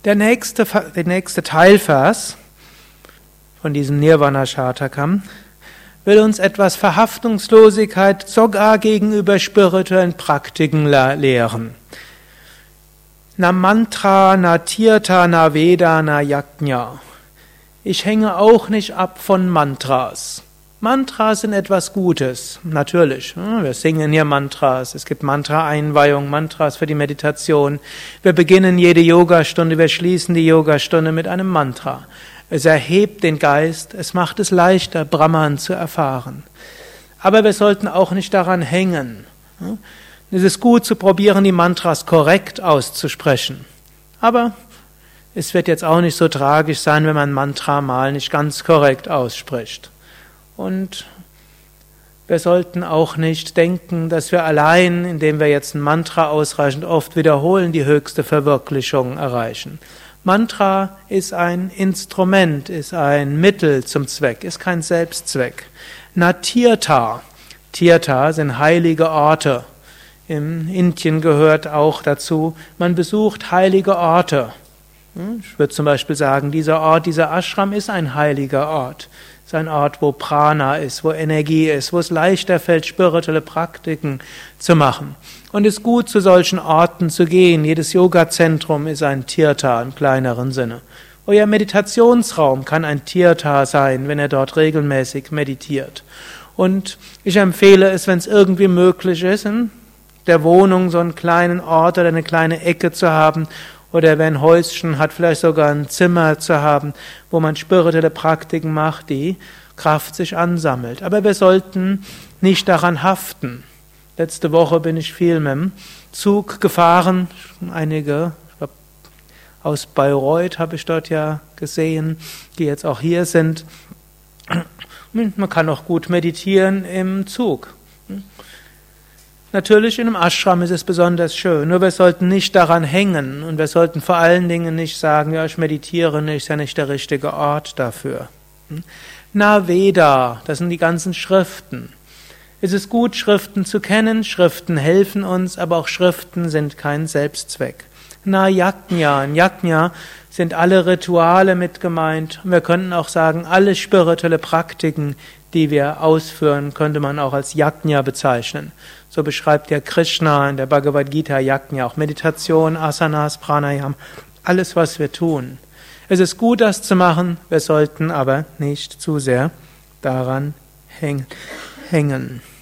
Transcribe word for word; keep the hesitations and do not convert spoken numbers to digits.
Der nächste, der nächste Teilvers von diesem Nirvana-Shatakam will uns etwas Verhaftungslosigkeit sogar gegenüber spirituellen Praktiken lehren. Na Mantra, na Tirtha, na Veda, na Yajna. Ich hänge auch nicht ab von Mantras. Mantras sind etwas Gutes, natürlich. Wir singen hier Mantras, es gibt Mantra-Einweihung, Mantras für die Meditation. Wir beginnen jede Yogastunde, wir schließen die Yogastunde mit einem Mantra. Es erhebt den Geist, es macht es leichter, Brahman zu erfahren. Aber wir sollten auch nicht daran hängen. Es ist gut zu probieren, die Mantras korrekt auszusprechen. Aber es wird jetzt auch nicht so tragisch sein, wenn man ein Mantra mal nicht ganz korrekt ausspricht. Und wir sollten auch nicht denken, dass wir allein, indem wir jetzt ein Mantra ausreichend oft wiederholen, die höchste Verwirklichung erreichen. Mantra ist ein Instrument, ist ein Mittel zum Zweck, ist kein Selbstzweck. Na Tirtha, Tirtha sind heilige Orte. In Indien gehört auch dazu, man besucht heilige Orte. Ich würde zum Beispiel sagen, dieser Ort, dieser Ashram ist ein heiliger Ort. Es ist ein Ort, wo Prana ist, wo Energie ist, wo es leichter fällt, spirituelle Praktiken zu machen. Und es ist gut, zu solchen Orten zu gehen. Jedes Yoga-Zentrum ist ein Tirtha im kleineren Sinne. Euer Meditationsraum kann ein Tirtha sein, wenn ihr dort regelmäßig meditiert. Und ich empfehle es, wenn es irgendwie möglich ist, in der Wohnung so einen kleinen Ort oder eine kleine Ecke zu haben, oder wer ein Häuschen hat, vielleicht sogar ein Zimmer zu haben, wo man spirituelle Praktiken macht, die Kraft sich ansammelt. Aber wir sollten nicht daran haften. Letzte Woche bin ich viel mit dem Zug gefahren. Einige, ich glaube, aus Bayreuth habe ich dort ja gesehen, die jetzt auch hier sind. Man kann auch gut meditieren im Zug. Natürlich, in einem Ashram ist es besonders schön, nur wir sollten nicht daran hängen und wir sollten vor allen Dingen nicht sagen, ja, ich meditiere nicht, ist ja nicht der richtige Ort dafür. Na Veda, das sind die ganzen Schriften. Es ist gut, Schriften zu kennen, Schriften helfen uns, aber auch Schriften sind kein Selbstzweck. Na Yajna, in Yajna sind alle Rituale mit gemeint und wir könnten auch sagen, alle spirituelle Praktiken, die wir ausführen, könnte man auch als Yajna bezeichnen. So beschreibt ja Krishna in der Bhagavad Gita Yajna, auch Meditation, Asanas, Pranayam, alles, was wir tun. Es ist gut, das zu machen, wir sollten aber nicht zu sehr daran hängen.